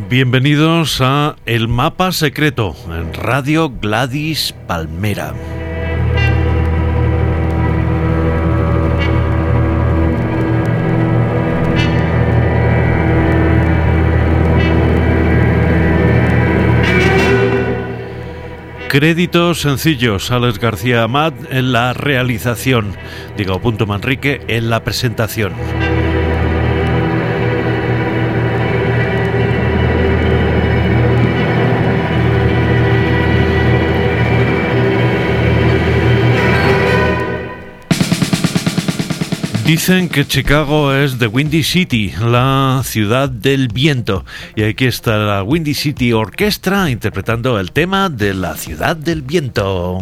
Bienvenidos a El Mapa Secreto en Radio Gladys Palmera. Créditos sencillos: Alex García Amat en la realización, Diego Manrique en la presentación. Dicen que Chicago es The Windy City, la ciudad del viento. Y aquí está la Windy City Orchestra interpretando el tema de la ciudad del viento.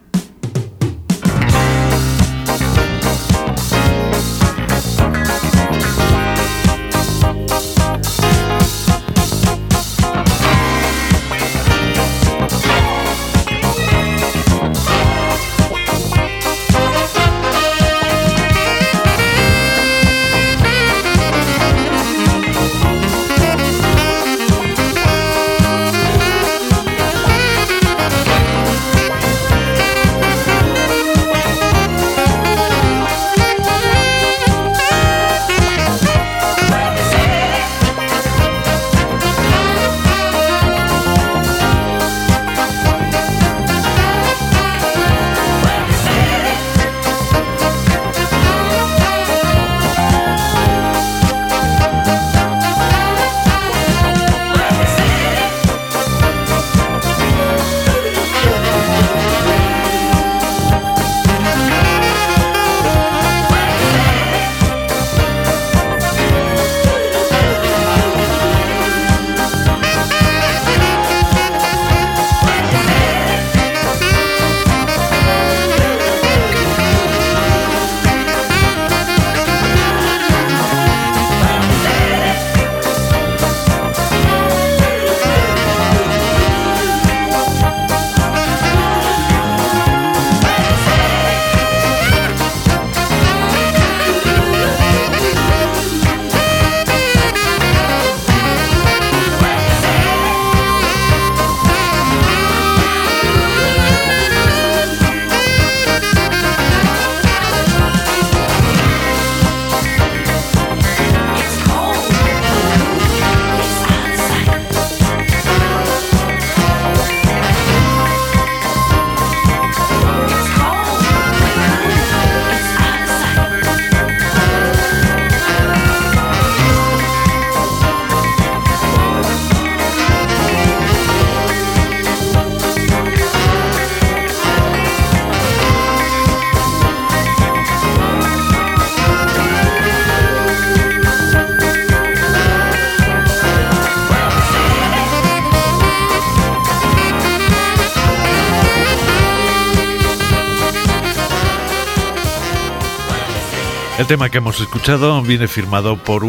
El tema que hemos escuchado viene firmado por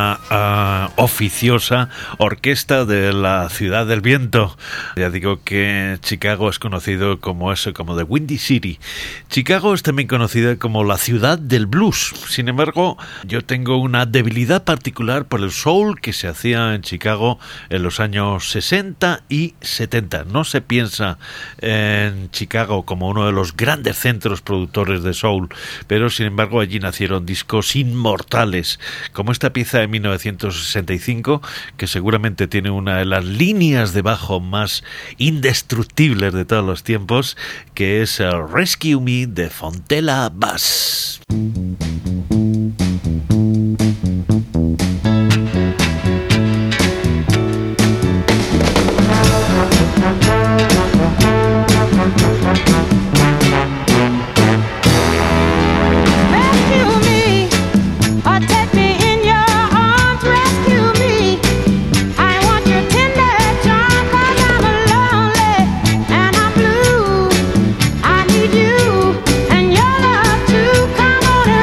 una oficiosa orquesta de la Ciudad del Viento. Ya digo que Chicago es conocido como eso, como The Windy City. Chicago es también conocida como la ciudad del blues. Sin embargo, yo tengo una debilidad particular por el soul que se hacía en Chicago en los años 60 y 70. No se piensa en Chicago como uno de los grandes centros productores de soul, pero sin embargo allí nacieron discos inmortales, como esta pieza de 1965, que seguramente tiene una de las líneas de bajo más indestructibles de todos los tiempos, que es Rescue Me de Fontella Bass. I need you and your love to come on and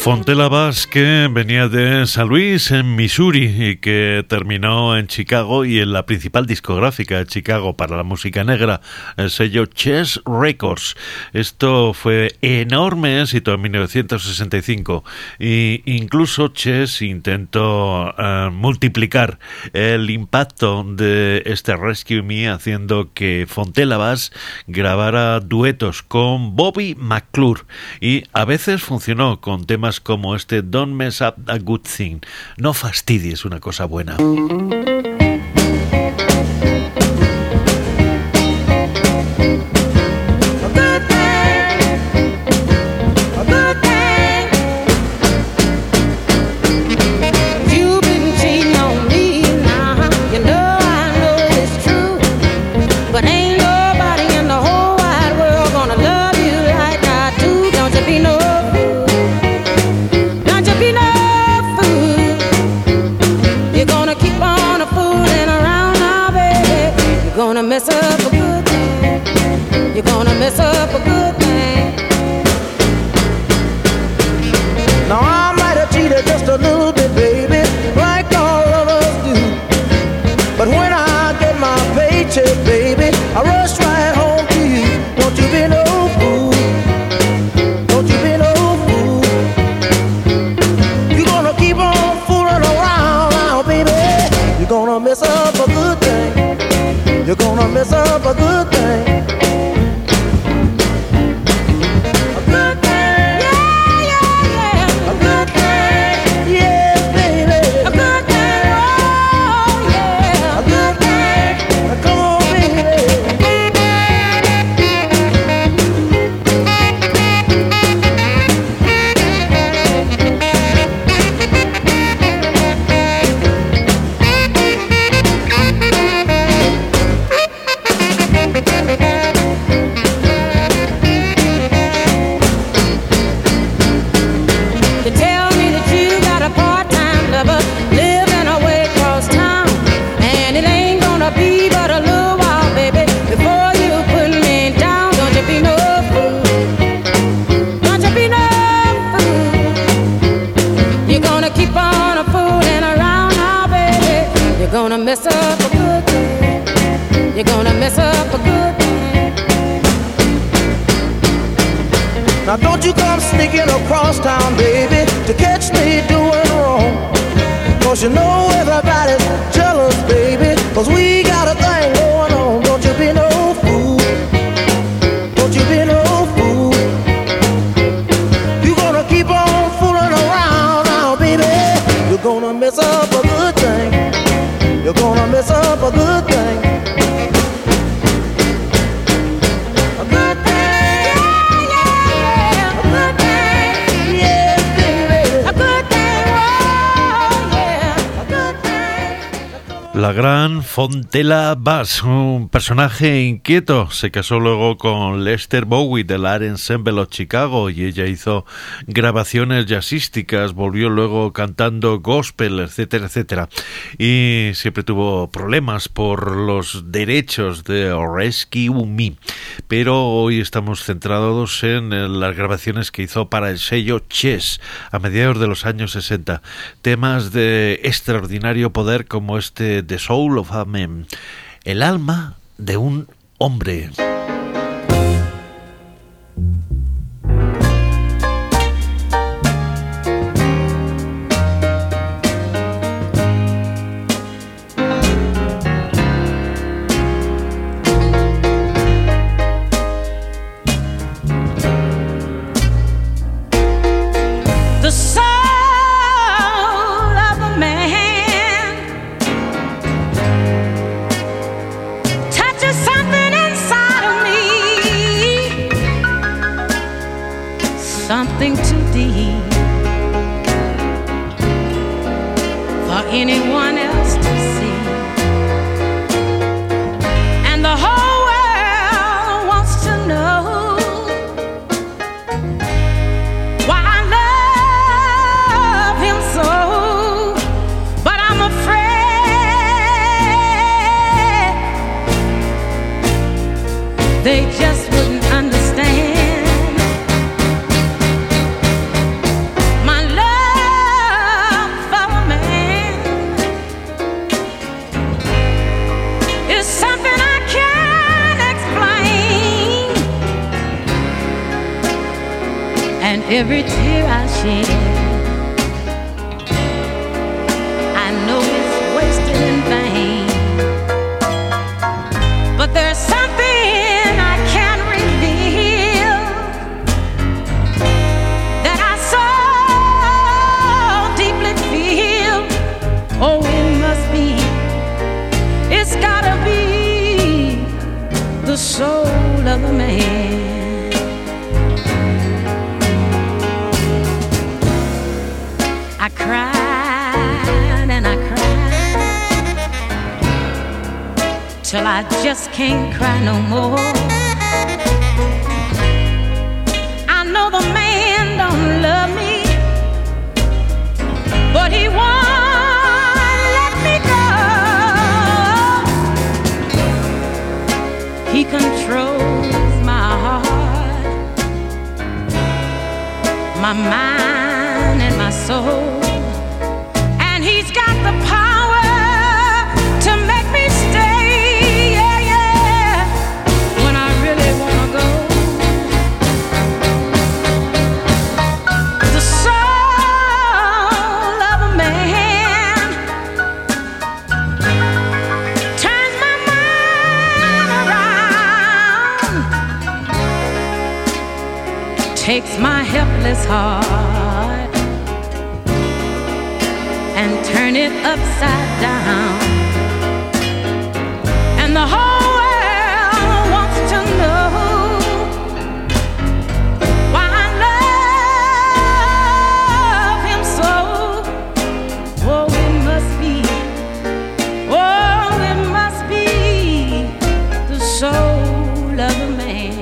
Fontella Bass, que venía de San Luis, en Missouri, y que terminó en Chicago y en la principal discográfica de Chicago para la música negra, el sello Chess Records. Esto fue enorme éxito en 1965 e incluso Chess intentó multiplicar el impacto de este Rescue Me, haciendo que Fontella Bass grabara duetos con Bobby McClure, y a veces funcionó con temas como este Don't Mess Up a Good Thing. No fastidies una cosa buena. Mess up a good thing. You're gonna mess up a good thing. Now I might have cheated just a little bit, baby, like all of us do. But when I get my paycheck, baby, I rush right home to you. Don't you be no fool. Don't you be no fool. You're gonna keep on fooling around now, baby. You're gonna mess up a good thing. You're gonna mess up a good thing. A good thing. Yeah, yeah, yeah. A good thing. Yeah, baby. A good thing. Oh, yeah. A good thing. Come on, gonna mess up a good thing. You're gonna mess up a good thing. Now don't you come sneaking across town, baby, to catch me doing wrong. Cause you know everybody's jealous, baby, cause we got a thing going on. Don't you be no fool. Don't you be no fool. You're gonna keep on fooling around now, baby. You're gonna mess up a good thing. You're gonna mess up a good thing. A good thing. Yeah, yeah, yeah. A good thing. Yeah, baby. A good thing. Oh, yeah. A good thing. La gran Fontella Bass, un personaje inquieto, se casó luego con Lester Bowie del Art Ensemble of Chicago y ella hizo grabaciones jazzísticas, volvió luego cantando gospel, etcétera, etcétera, y siempre tuvo problemas por los derechos de Rescue Me, pero hoy estamos centrados en las grabaciones que hizo para el sello Chess a mediados de los años 60, temas de extraordinario poder como este The Soul of a Man, el alma de un hombre. Something too deep for anyone else to see, and the whole world wants to know why I love him so, but I'm afraid they just wouldn't understand. My every tear I shed, I know it's wasted in vain. But there's something I can't reveal that I so deeply feel. Oh, it must be, it's gotta be the soul of a man. I cried and I cried till I just can't cry no more. I know the man don't love me, but he won't let me go. He controls my heart, my mind and my soul. Takes my helpless heart and turn it upside down, and the whole world wants to know why I love him so. Oh, it must be the soul of a man.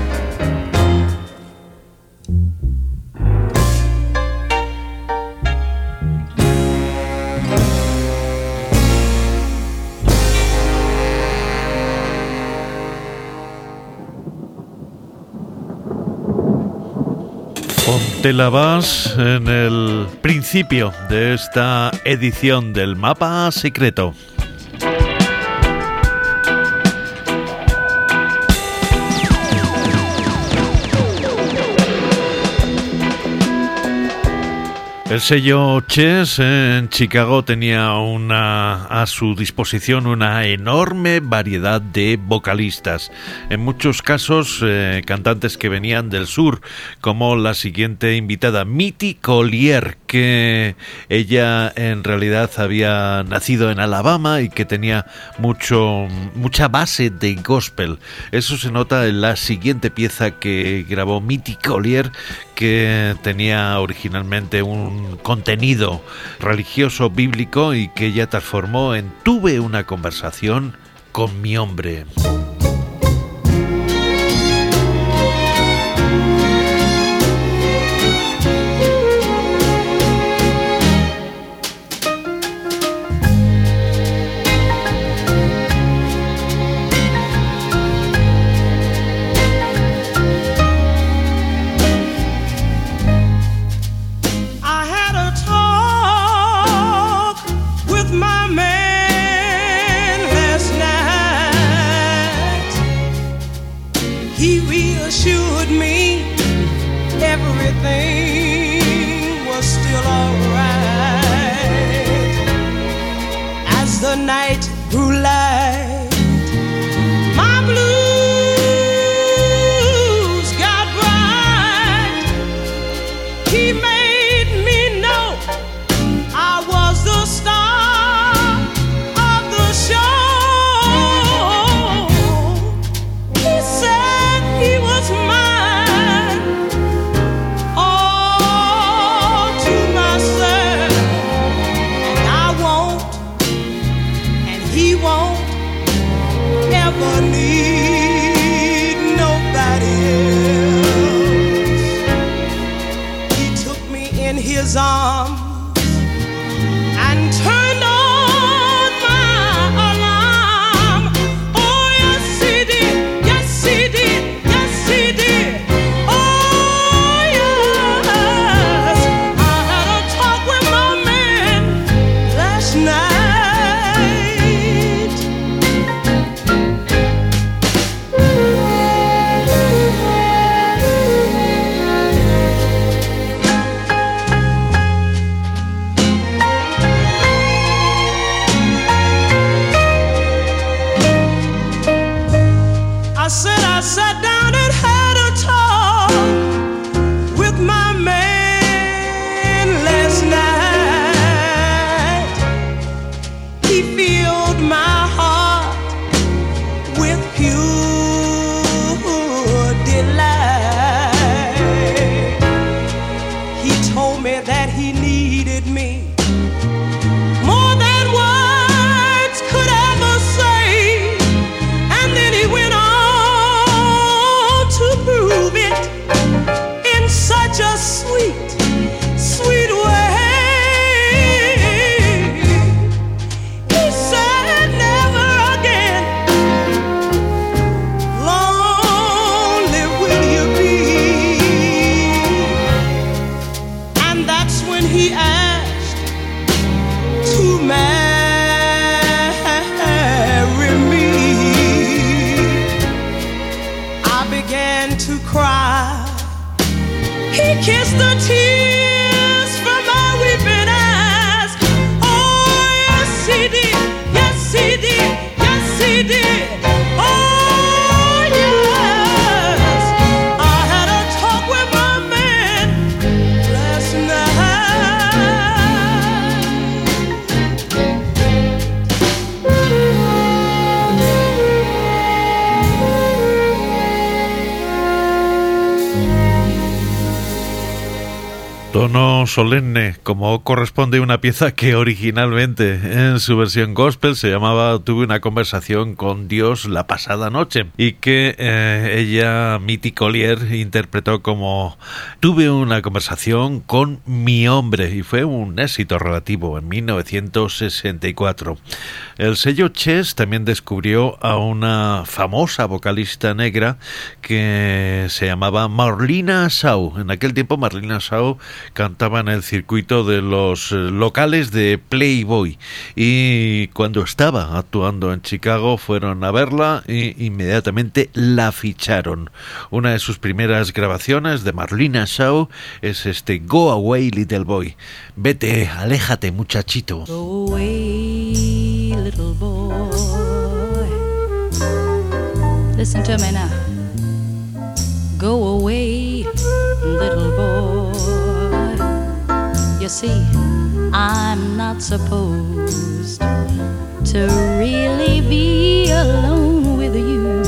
Te la vas en el principio de esta edición del Mapa Secreto. El sello Chess en Chicago tenía a su disposición una enorme variedad de vocalistas, en muchos casos cantantes que venían del sur, como la siguiente invitada, Mitty Collier, que ella en realidad había nacido en Alabama y que tenía mucha base de gospel. Eso se nota en la siguiente pieza que grabó Mitty Collier, que tenía originalmente un contenido religioso bíblico y que ella transformó en Tuve una conversación con mi hombre. The night grew light, my blues got bright. He made me know I was the star of the show. He said he was mine, all to myself, and I won't. He won't ever need nobody else. He took me in his arms and turned on my alarm. Oh, yes, he did. Yes, he did. Yes, he did. Oh, yes. I had a talk with my man last night. said I sat down and had a talk with my man last night. He filled my heart with pure delight. He told me that he needed me more than words could ever say. And then he went on to prove it in such a sweet, sweet way. He said never again lonely will you be. And that's when he asked to marry me. I began to cry. He kissed the tears from my weeping eyes. Oh, yes he did, yes he did, yes he did. Oh, yes. I had a talk with my man last night. Tono solemne, como corresponde a una pieza que originalmente en su versión gospel se llamaba Tuve una conversación con Dios la pasada noche, y que ella, Mitty Collier, interpretó como Tuve una conversación con mi hombre, y fue un éxito relativo en 1964. El sello Chess también descubrió a una famosa vocalista negra que se llamaba Marlena Shaw. En aquel tiempo Marlena Shaw cantaba en el circuito de los locales de Playboy, y cuando estaba actuando en Chicago fueron a verla y inmediatamente la ficharon. Una de sus primeras grabaciones de Marlena Shaw es este Go Away Little Boy. Vete, aléjate muchachito. Go away, little boy. Listen to me now. Go away, little boy. You see, I'm not supposed to really be alone with you.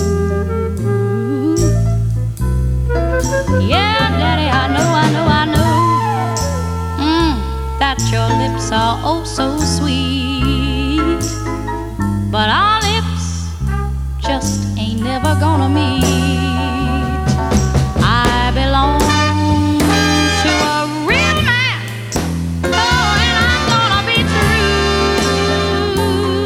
Yeah, Daddy, I know that your lips are oh so sweet, but our lips just ain't never gonna meet. I belong to a real man, oh, and I'm gonna be true.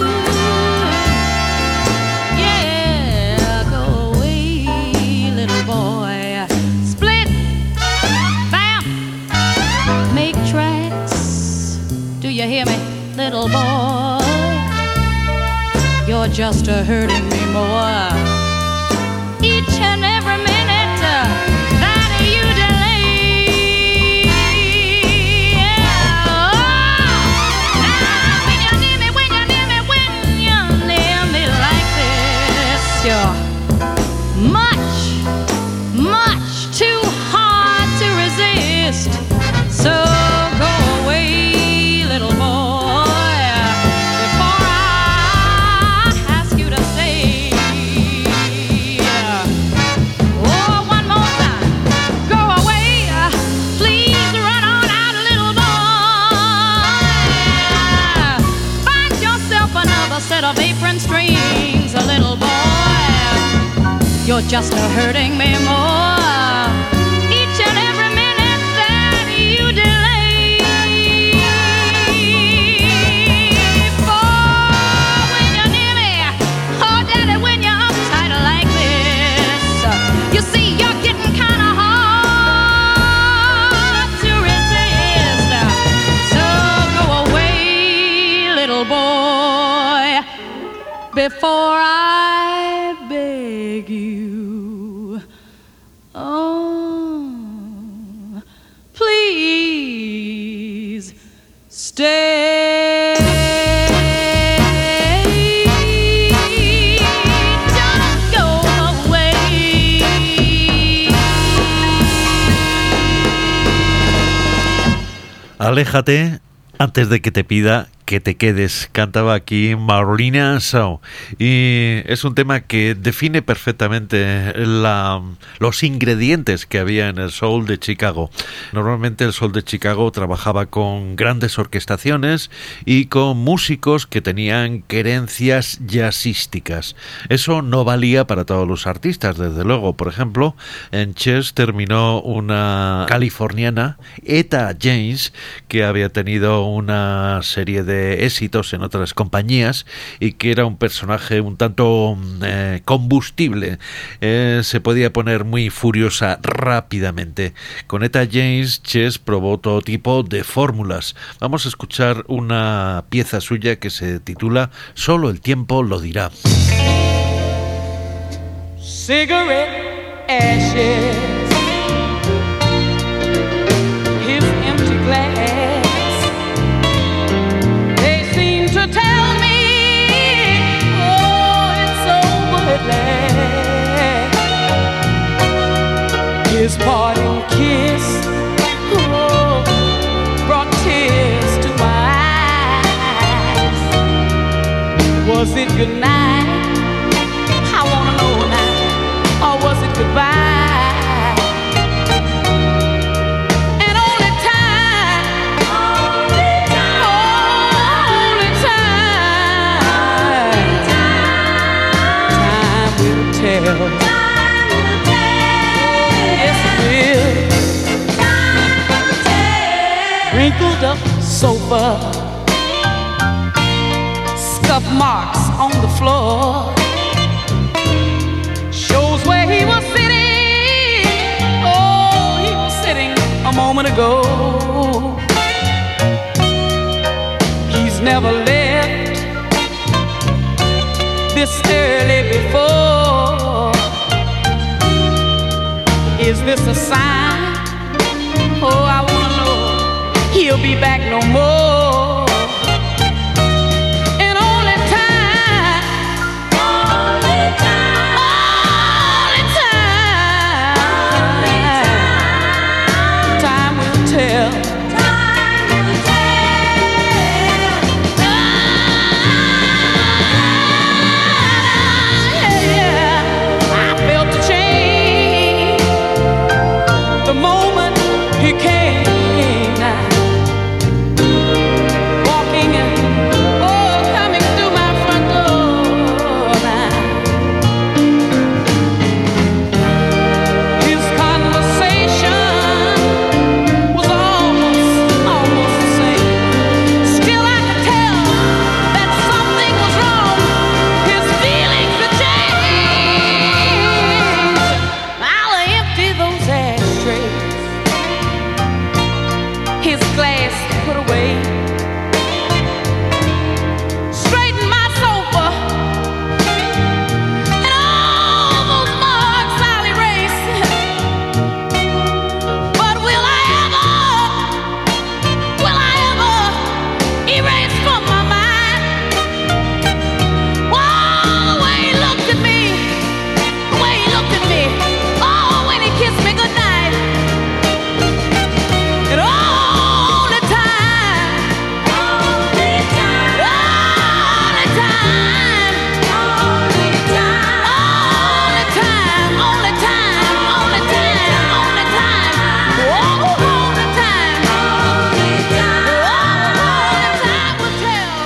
Yeah, go away, little boy. Split, bam, make tracks. Do you hear me, little boy? You're just hurting me more each and every minute that you delay. Yeah. Oh, now when you need me like this, you're much, much too hard to resist. So go away, little boy. Set of apron strings, a little boy. You're just hurting me more each and every minute that you delay. For when you're near me, oh Daddy, when you're uptight like this, you see you're getting kind of hard to resist. So go away, little boy, before I beg you. Oh, please stay. Don't go away. Aléjate antes de que te pida que te quedes, cantaba aquí Marlena Shaw, y es un tema que define perfectamente los ingredientes que había en el soul de Chicago. Normalmente el soul de Chicago trabajaba con grandes orquestaciones y con músicos que tenían querencias jazzísticas. Eso no valía para todos los artistas, desde luego. Por ejemplo, en Chess terminó una californiana, Etta James, que había tenido una serie de éxitos en otras compañías y que era un personaje un tanto combustible. Se podía poner muy furiosa rápidamente. Con Etta James, Chess probó todo tipo de fórmulas. Vamos a escuchar una pieza suya que se titula Solo el tiempo lo dirá. Cigarette ashes, his empty glass. Tell me, oh, it's over at last. His parting kiss, oh, brought tears to my eyes. Was it good night? I wanna know now. Or was it goodbye? Yes, it will. Wrinkled up sofa, scuff marks on the floor, shows where he was sitting. Oh, he was sitting a moment ago. He's never left this early before. Is this a sign? Oh, I wanna know he'll be back no more. And only time, only time, only time, time will tell. The moment he came, walking coming through my front door now. His conversation was almost the same. Still I could tell that something was wrong. His feelings had changed. I'll empty those ashtrays, his glass put away, straighten my sofa, and all those marks I'll erase. But will I ever erase from my mind? Oh, the way he looked at me, the way he looked at me, oh, when he kissed me goodnight. And all the time, only time, only time, only time, only time, only time, only time, only time, oh, all the time, only time will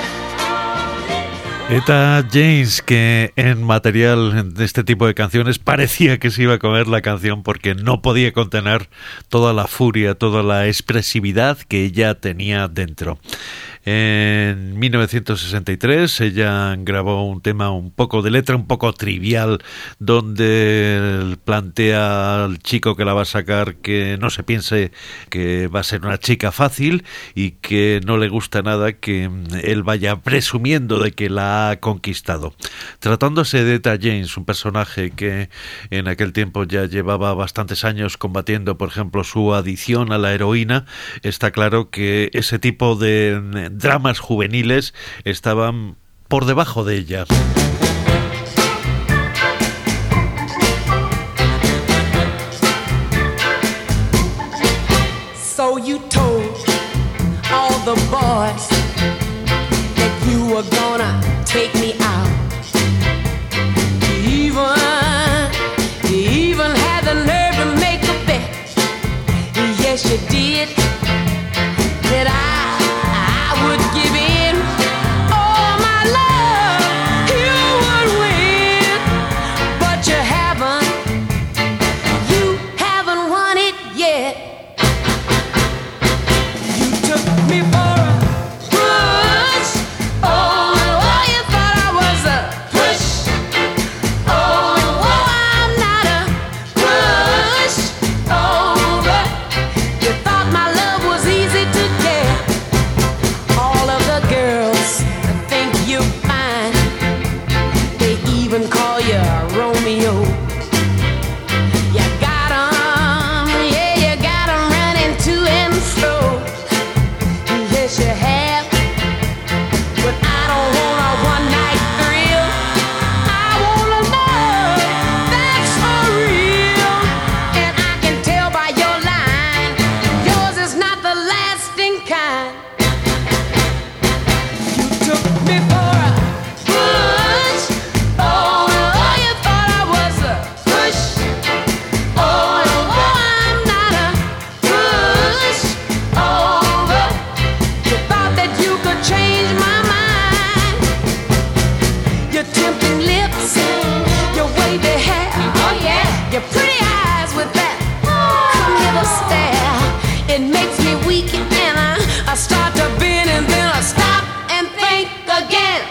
tell. Etta James, que en material de este tipo de canciones parecía que se iba a comer la canción porque no podía contener toda la furia, toda la expresividad que ella tenía dentro. En 1963 ella grabó un tema un poco de letra, un poco trivial, donde plantea al chico que la va a sacar que no se piense que va a ser una chica fácil y que no le gusta nada que él vaya presumiendo de que la ha conquistado. Tratándose de Etta James, un personaje que en aquel tiempo ya llevaba bastantes años combatiendo, por ejemplo, su adicción a la heroína, está claro que ese tipo de dramas juveniles estaban por debajo de ella. So you told Romeo. You got 'em, yeah, you got 'em running to and fro. Yes, you have. But I don't want a one-night thrill. I want a love that's for real. And I can tell by your line, yours is not the lasting kind. You took me for a push. Oh, you thought I was a push. Oh, I'm not a push. Over. You thought that you could change my mind. Your tempting lips, your wavy hair, oh yeah, your pretty eyes with that come hither stare. It makes me weak and I start to bend and then I stop and think again.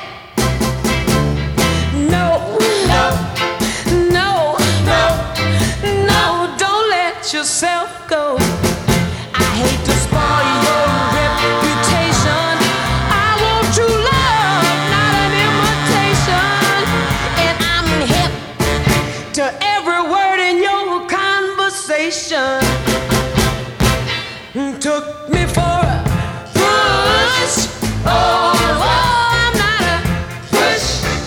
No, no, no, no, no, don't let yourself go. I hate to spoil your reputation. I want true love, not an imitation. And I'm hip to every word in your conversation. Took me for a push. Oh, I'm not a push.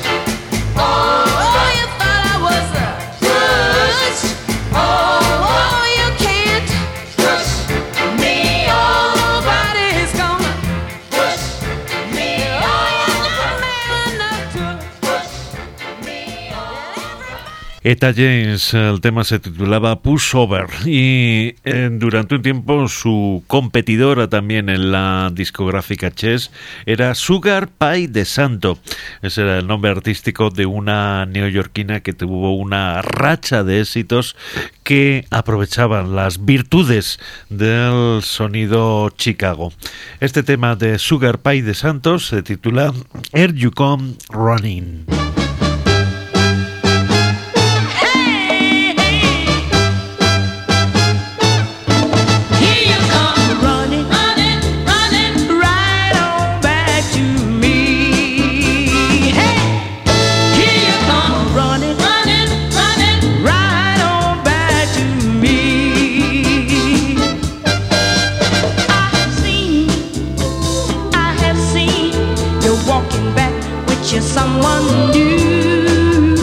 Oh, you thought I was a push. Oh, you can't push me. Oh, nobody's gonna push me. Oh, you're not man enough to push me. Etta James, el tema se titulaba Pushover y durante un tiempo su competidora también en la discográfica Chess era Sugar Pie de Santo. Ese era el nombre artístico de una neoyorquina que tuvo una racha de éxitos que aprovechaban las virtudes del sonido Chicago. Este tema de Sugar Pie de Santo se titula Here You Come Running. Someone new.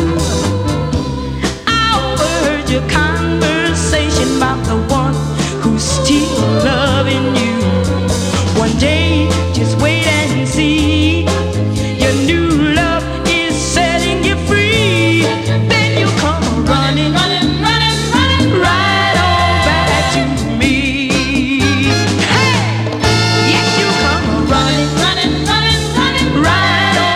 I overheard your conversation about the one who's still loving you. One day, just wait and see. Your new love is setting you free. Then you come running, running, running, running right on back to me. Hey, yes, you come running, running, running, running right.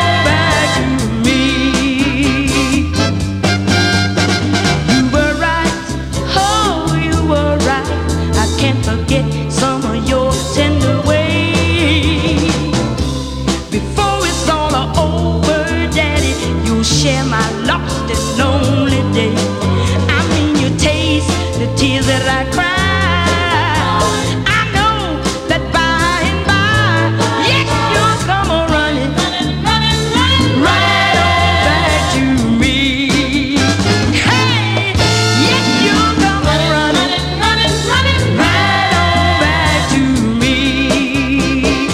Share my lost and lonely day. I mean, you taste the tears that I cry. I know that by and by, yes, you'll come on running, running, running, running right on back to me. Hey, yes, you'll come on running, running, running right on back to me.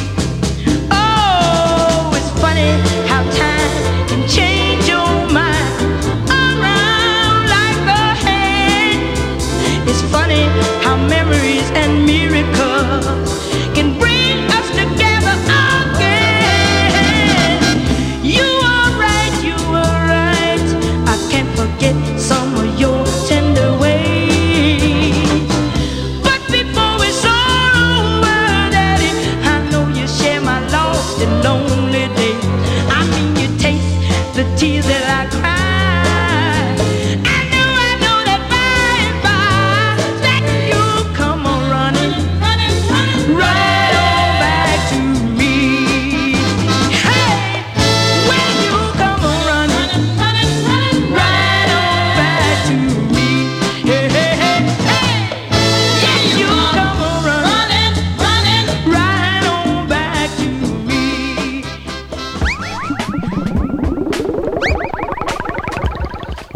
Oh, it's funny how time can change your mind around like a hand. It's funny how memories and miracles can bring us together again. You are right, I can't forget some of your tender ways. But before it's all over, Daddy, I know you share my lost and lonely day. I mean, you taste the tears that I cry. I know that by and by that you'll come on running, running.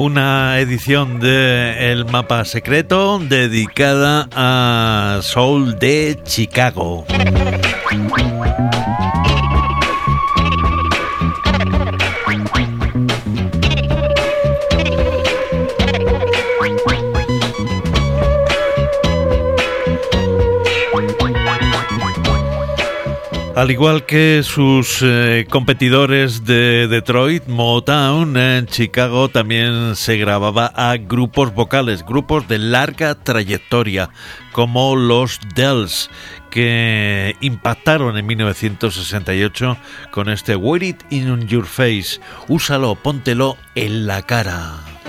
una edición de El Mapa Secreto dedicada a Soul de Chicago. Al igual que sus competidores de Detroit, Motown, en Chicago también se grababa a grupos vocales, grupos de larga trayectoria, como los Dells, que impactaron en 1968 con este Wear It in Your Face, úsalo, póntelo en la cara.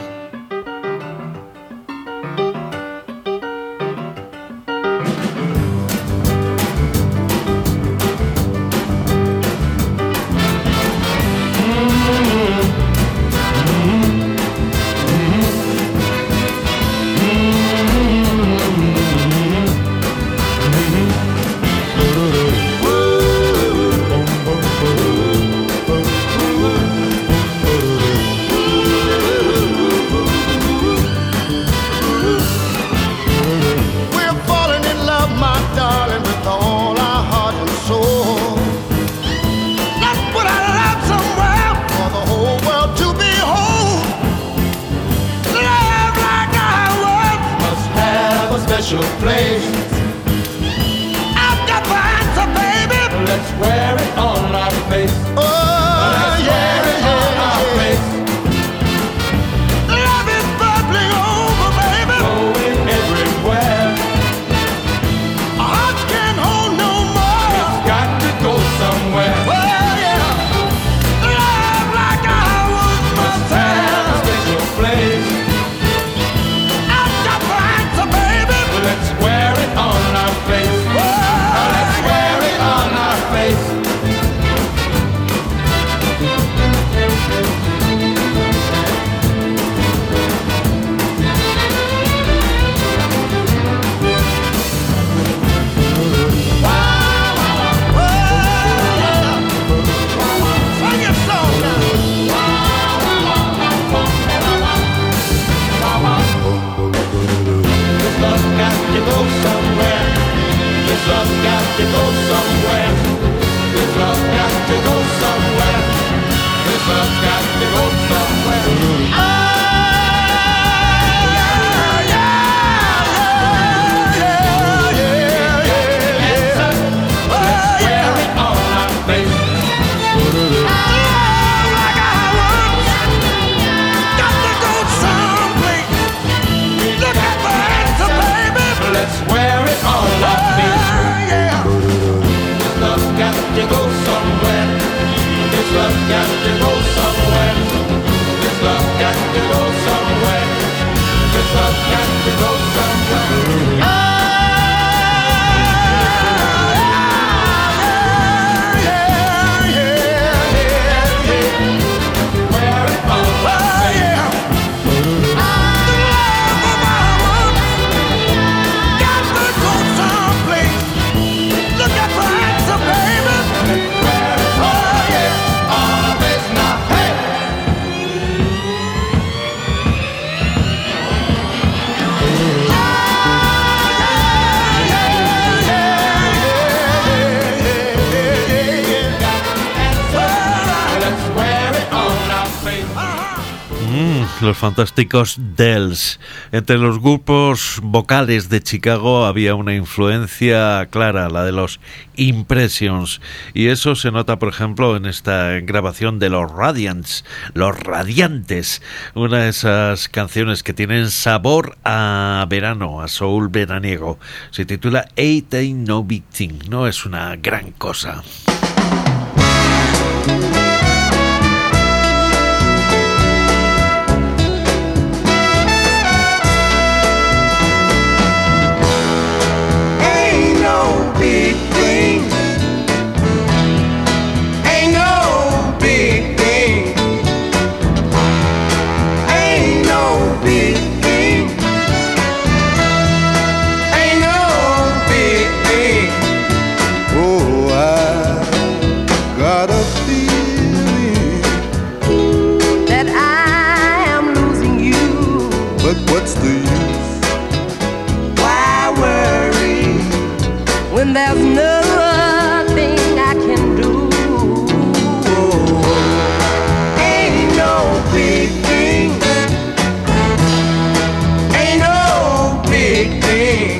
Los fantásticos Dells. Entre los grupos vocales de Chicago había una influencia clara, la de los Impressions, y eso se nota, por ejemplo, en esta grabación de los Radiants, los Radiantes, una de esas canciones que tienen sabor a verano, a soul veraniego. Se titula Ain't No Big Thing, no es una gran cosa. Big thing. Ain't no big thing. Ain't no big thing. Ain't no big thing. Oh, I got a feeling but what's the use? Why worry when there's nothing I can do? Ain't no big thing, ain't no big thing,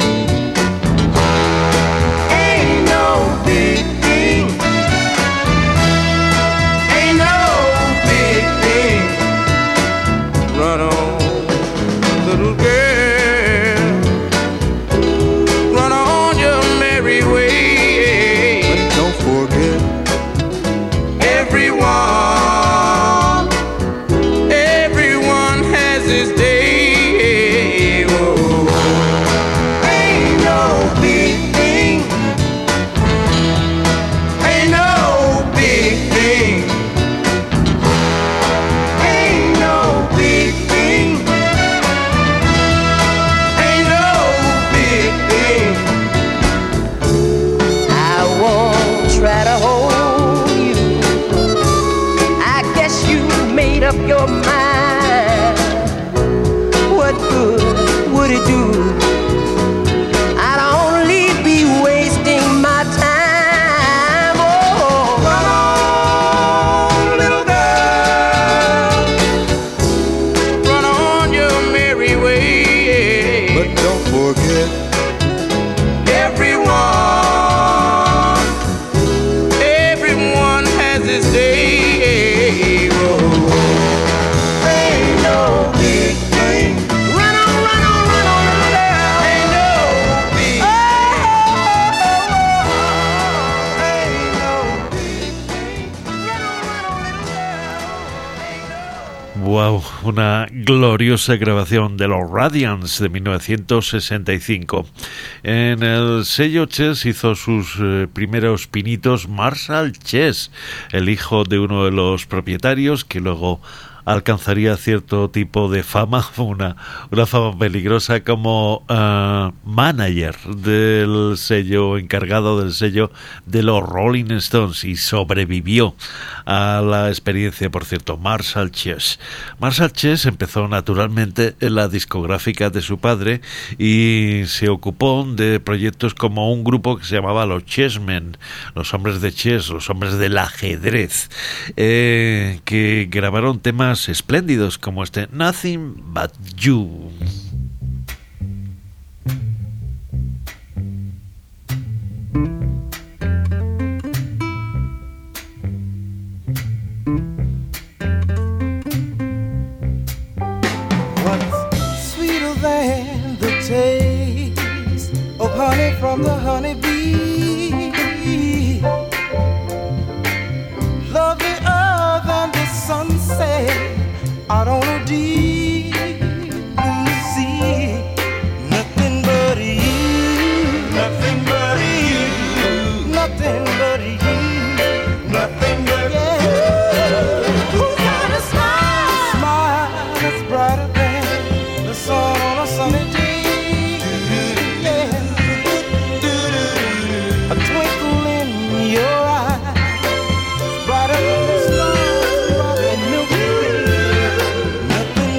ain't no big thing, ain't no big thing. Run on, little girl, run on your merry way. But don't forget, everyone has his day. Whoa. Ain't no big thing, ain't no big thing, ain't no big thing, ain't no big thing. I won't try to hold you. I guess you made up your mind. What good would it do? I'd only be wasting my time. Oh, run on, little girl, run on your merry way. But don't forget, everyone has his day. Whoa. Ain't no big thing. Run on, little girl. Ain't no big ain't no big thing. Run on, little girl. Wow, una gloriosa grabación de los Radiants de 1965. En el sello Chess hizo sus primeros pinitos Marshall Chess, el hijo de uno de los propietarios, que luego alcanzaría cierto tipo de fama, una fama peligrosa como manager del sello, encargado del sello de los Rolling Stones, y sobrevivió a la experiencia, por cierto, Marshall Chess. Marshall Chess empezó naturalmente en la discográfica de su padre y se ocupó de proyectos como un grupo que se llamaba los Chessmen, los hombres de chess, los hombres del ajedrez, que grabaron temas espléndidos como este Nothing But You. What's sweeter than the taste of honey from the honeybee? Lovelier than the sunset out on a deep blue sea. Nothing but you, nothing but you, nothing but you, nothing but you. Who's got a smile that's brighter than the sun on a sunny day? Yeah. A twinkle in your eye, brighter than the stars, brighter than Milky Way. Nothing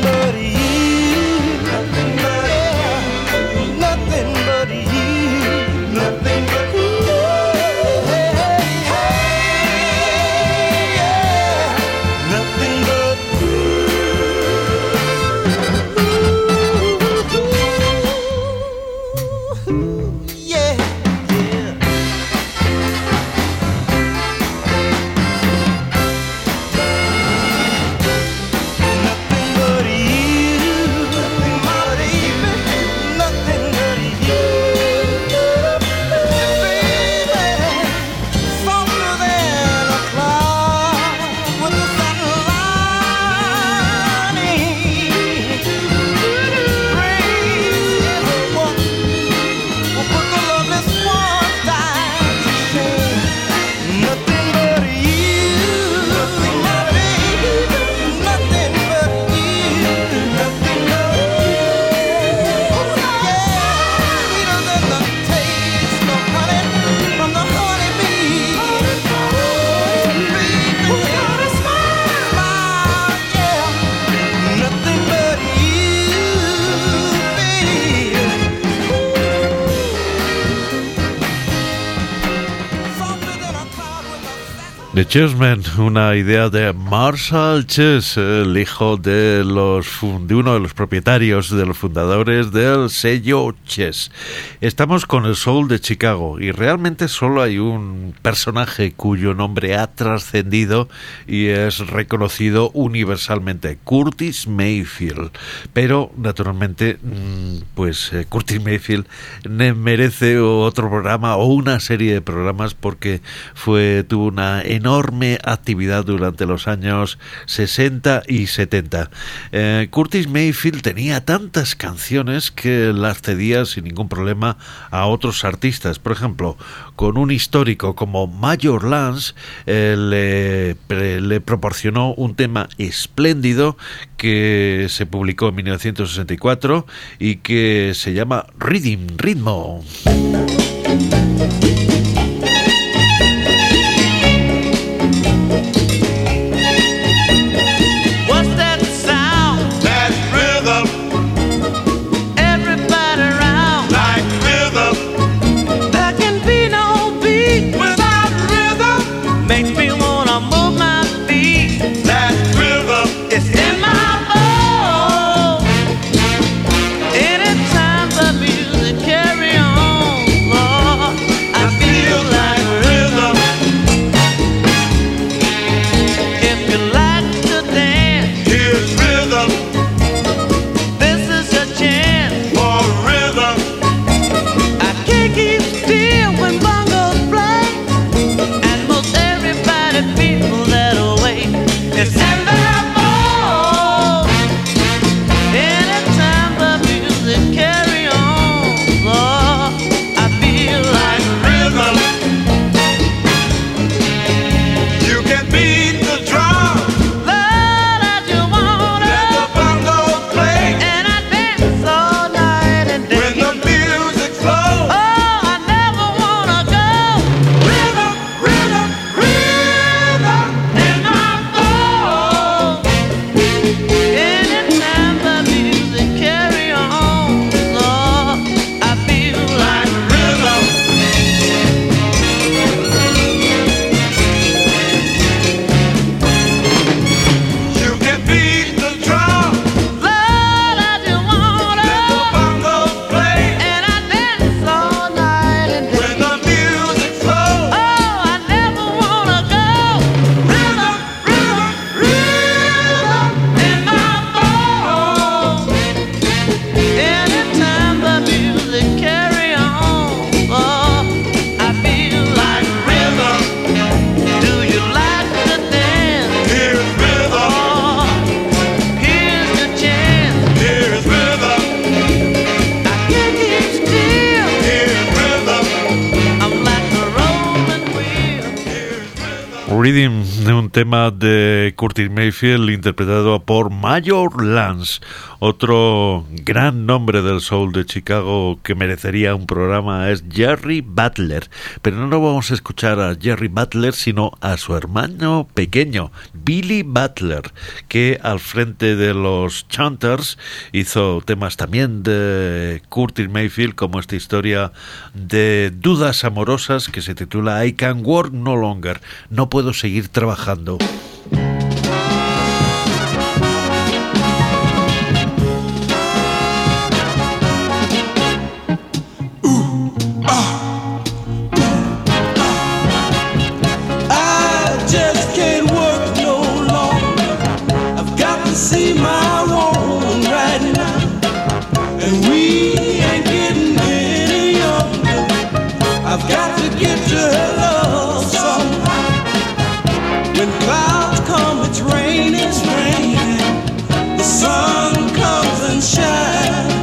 The Chessmen, una idea de Marshall Chess, el hijo de uno de los propietarios, de los fundadores del sello Chess. Estamos con el soul de Chicago y realmente solo hay un personaje cuyo nombre ha trascendido y es reconocido universalmente, Curtis Mayfield. Pero naturalmente, pues Curtis Mayfield merece otro programa o una serie de programas porque tuvo una enorme actividad durante los años 60 y 70. Curtis Mayfield tenía tantas canciones que las cedía sin ningún problema a otros artistas. Por ejemplo, con un histórico como Major Lance, le proporcionó un tema espléndido que se publicó en 1964 y que se llama Ritmo. Rhythm, un tema de Curtis Mayfield interpretado por Major Lance, otro gran nombre del soul de Chicago que merecería un programa es Jerry Butler, pero no vamos a escuchar a Jerry Butler sino a su hermano pequeño Billy Butler, que al frente de los Chanters hizo temas también de Curtis Mayfield, como esta historia de dudas amorosas que se titula I Can Work No Longer, no puedo seguir trabajando. See my woman right now, and we ain't getting any younger. I've got to get to her love somehow. When clouds come, it's raining, the sun comes and shines.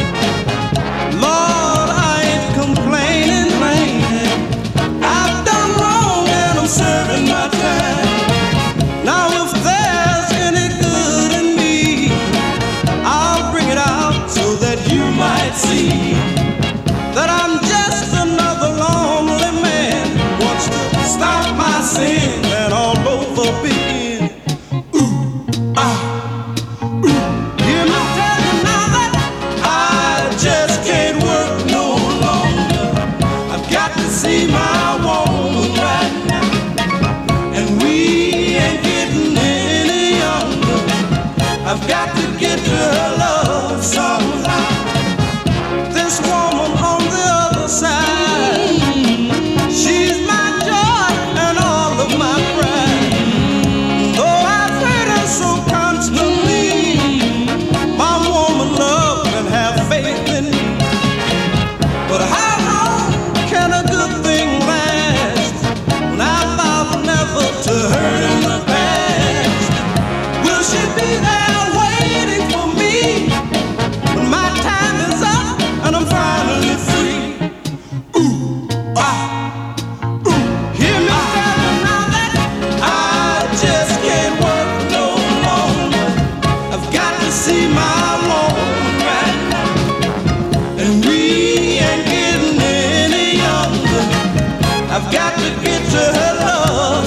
Lord, I ain't complaining, I've done wrong and I'm serving my time. Now if there's any good in me, I'll bring it out so that you might see that I'm just another lonely man who wants to stop my sin and all over begin. Ooh, ah, ooh. Hear me tell you now that I just can't work no longer. I've got to see my woman right now, and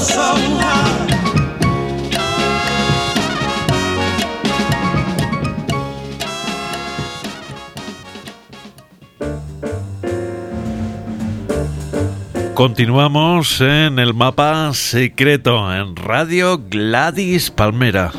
so hard. Continuamos en el mapa secreto en Radio Gladys Palmera.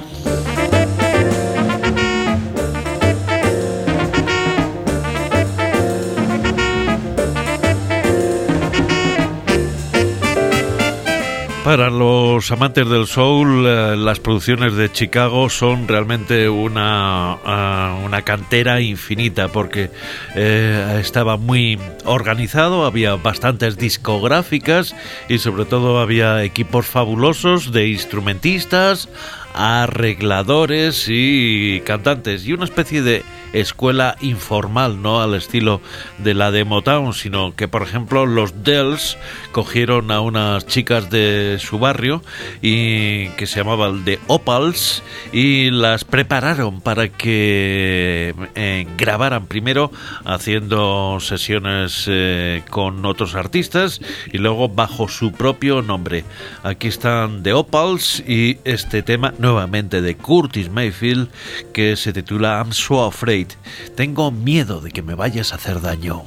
Para los amantes del soul, las producciones de Chicago son realmente una cantera infinita, porque estaba muy organizado, había bastantes discográficas y sobre todo había equipos fabulosos de instrumentistas, arregladores y cantantes, y una especie de escuela informal, no al estilo de la de Motown, sino que, por ejemplo, los Dells cogieron a unas chicas de su barrio y que se llamaban The Opals y las prepararon para que grabaran primero haciendo sesiones con otros artistas y luego bajo su propio nombre. Aquí están The Opals y este tema nuevamente de Curtis Mayfield que se titula I'm So Afraid. Tengo miedo de que me vayas a hacer daño.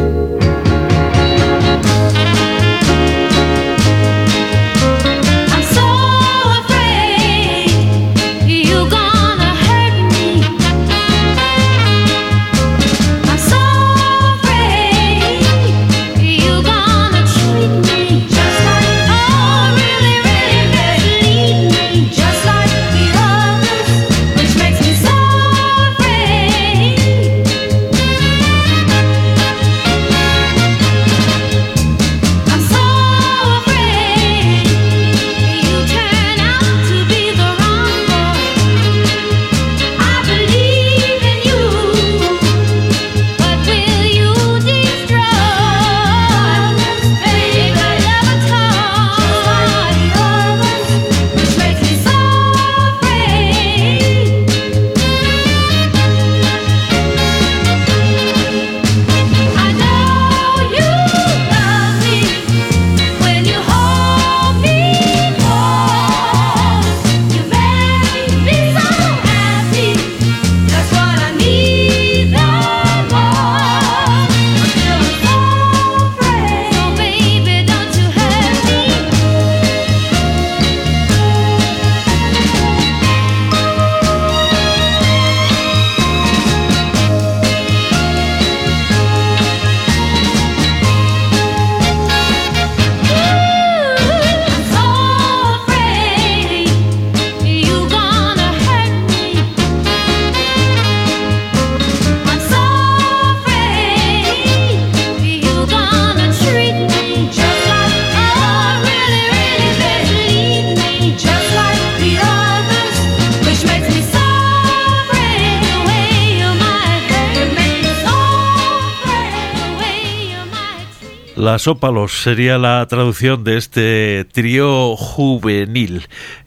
Las Ópalos sería la traducción de este trío juvenil.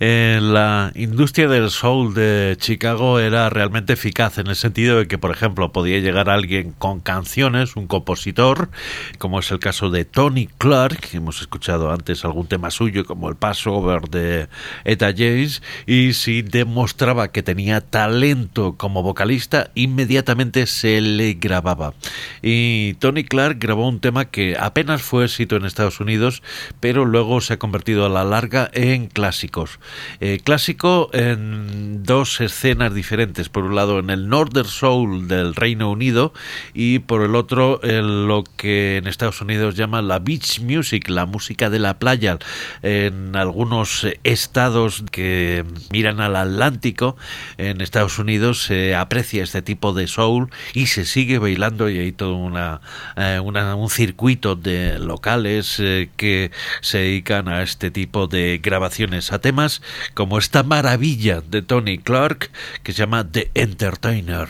La industria del soul de Chicago era realmente eficaz en el sentido de que, por ejemplo, podía llegar alguien con canciones, un compositor, como es el caso de Tony Clark, que hemos escuchado antes algún tema suyo, como el Passover de Etta James, y si demostraba que tenía talento como vocalista, inmediatamente se le grababa. Y Tony Clark grabó un tema que apenas fue éxito en Estados Unidos, pero luego se ha convertido a la larga en clásicos. Clásico en dos escenas diferentes. Por un lado en el Northern Soul del Reino Unido y por el otro en lo que en Estados Unidos llaman la beach music, la música de la playa. En algunos estados que miran al Atlántico en Estados Unidos se aprecia este tipo de soul y se sigue bailando, y hay todo un circuito de locales que se dedican a este tipo de grabaciones a temas como esta maravilla de Tony Clark que se llama The Entertainer.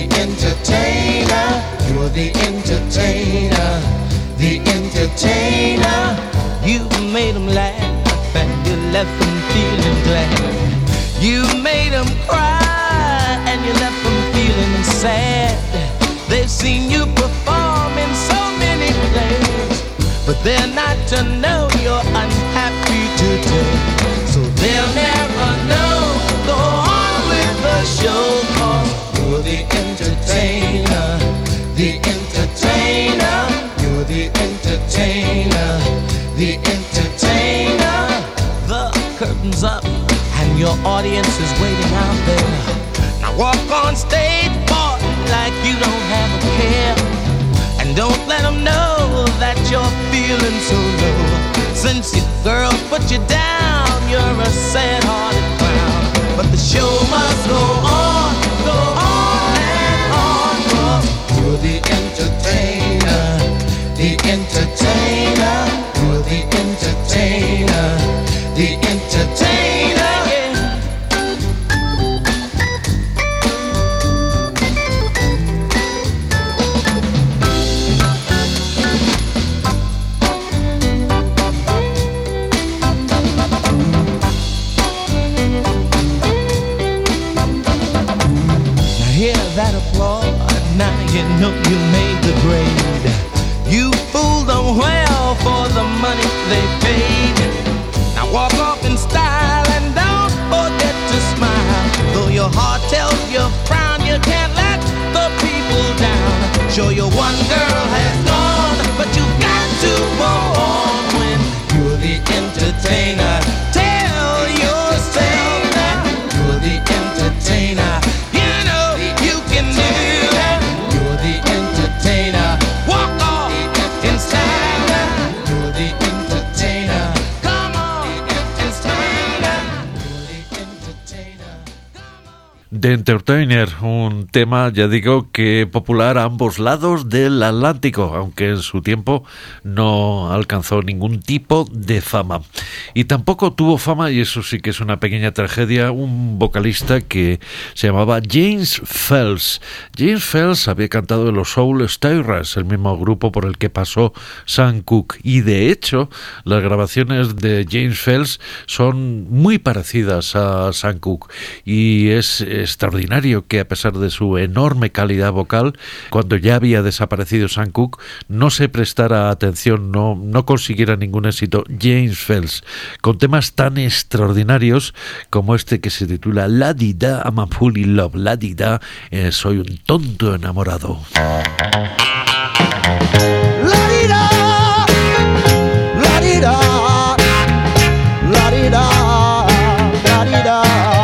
The entertainer, the entertainer. feeling glad. You made them cry and you left them feeling sad. They've seen you perform in so many plays, but they're not to know you're unhappy today. So they'll never know. Go on with the show, 'cause you're the entertainer. The entertainer. You're the entertainer. The entertainer. The curtain's up and your audience is waiting out there. Now walk on stage, boy, like you don't have a care. And don't let them know that you're feeling so low. Since your girl put you down, you're a sad-hearted clown. But the show must go on and on. 'Cause you're the entertainer. The entertainer. You're the entertainer. The entertainer. Yeah. Hear that applause, now you know you made the grade. You fooled them well for the money they paid. Now walk off in style and don't forget to smile. Though your heart tells you frown, you can't let the people down. Sure, your one girl has gone, but you got to go on when you're the entertainer. Tell yourself that you're the entertainer. The Entertainer, un tema, ya digo, que popular a ambos lados del Atlántico, aunque en su tiempo no alcanzó ningún tipo de fama. Y tampoco tuvo fama, y eso sí que es una pequeña tragedia, un vocalista que se llamaba James Fells. James Fells había cantado en los Soul Stirrers, el mismo grupo por el que pasó Sam Cooke, y de hecho las grabaciones de James Fells son muy parecidas a Sam Cooke, y es extraordinario que a pesar de su enorme calidad vocal, cuando ya había desaparecido Sam Cooke, no se prestara atención, no consiguiera ningún éxito James Fells, con temas tan extraordinarios como este que se titula La Di Da, I'm a Fool in Love. La Di Da, soy un tonto enamorado. La di da, la di da, la di da, la di da.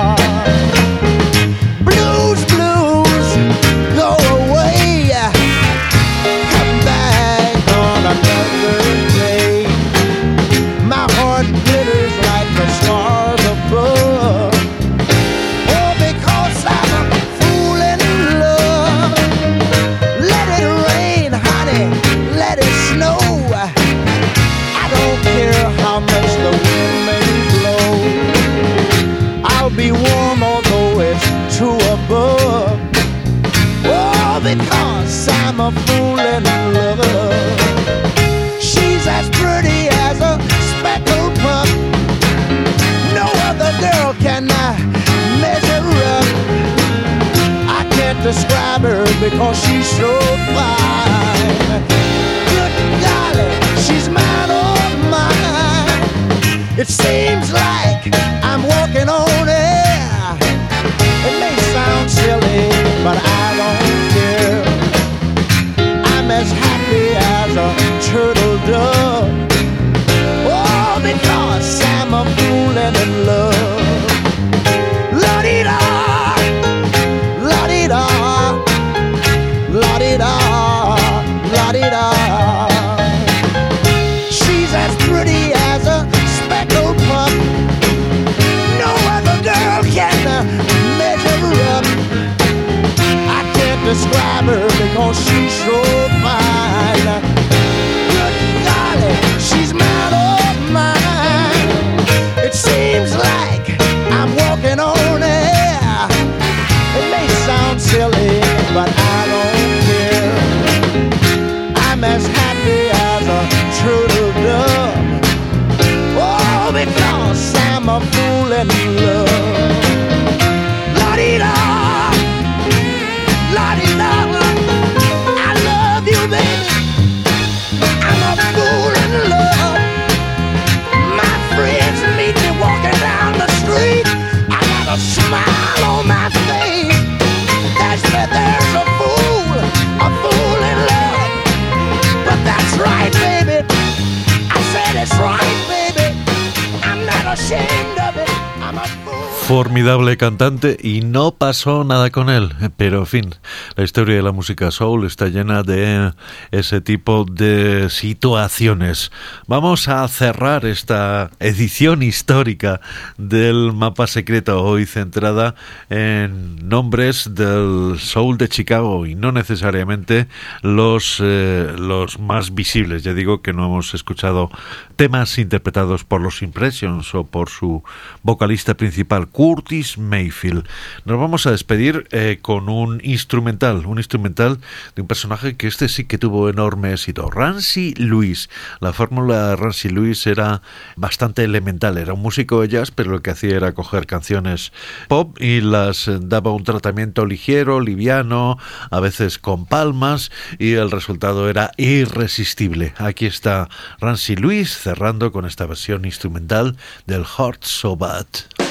Blues, blues, go away. Come back on another day. My heart glitters like the stars above. Oh, because I'm a fool in love. Let it rain, honey, let it snow. I don't care how much the wind may blow. I'll be warm although it's true above. Oh, because I'm a fool in love. She's as pretty as a speckled pup. No other girl can measure up. I can't describe her because she's so fine. Good golly, she's mine, oh mine. It seems like I'm walking on air. It may sound silly, but I don't care. I'm as happy as a turtle dove. Oh, because I'm a foolin' in love. La-di-da, la-di-da, la-di-da, la-di-da. She's as pretty as a speckled pup. No other girl can measure up. I can't describe her because she's so fine. Good golly, she's mine, oh mine. It seems like I'm walking on air. It may sound silly, but I don't care. I'm as happy as a turtle dove. Oh, because I'm a fool in love. La-dee-da, la-dee-da, I love you, baby. I'm a fool in love. My friends meet me walking down the street. I got a smile on my face. There's a fool in love. But that's right, baby. I said it's right, baby. I'm not ashamed of it. I'm a fool. Formidable cantante y no pasó nada con él, pero en fin, la historia de la música soul está llena de ese tipo de situaciones. Vamos a cerrar esta edición histórica del Mapa Secreto, hoy centrada en nombres del soul de Chicago y no necesariamente los más visibles. Ya digo que no hemos escuchado temas interpretados por los Impressions o por su vocalista principal, Curtis Mayfield. Nos vamos a despedir con un instrumental de un personaje que sí que tuvo enorme éxito, Ramsey Lewis. La fórmula de Ramsey Lewis era bastante elemental, era un músico de jazz, pero lo que hacía era coger canciones pop y las daba un tratamiento ligero, liviano, a veces con palmas, y el resultado era irresistible. Aquí está Ramsey Lewis cerrando con esta versión instrumental del Heart So Bad.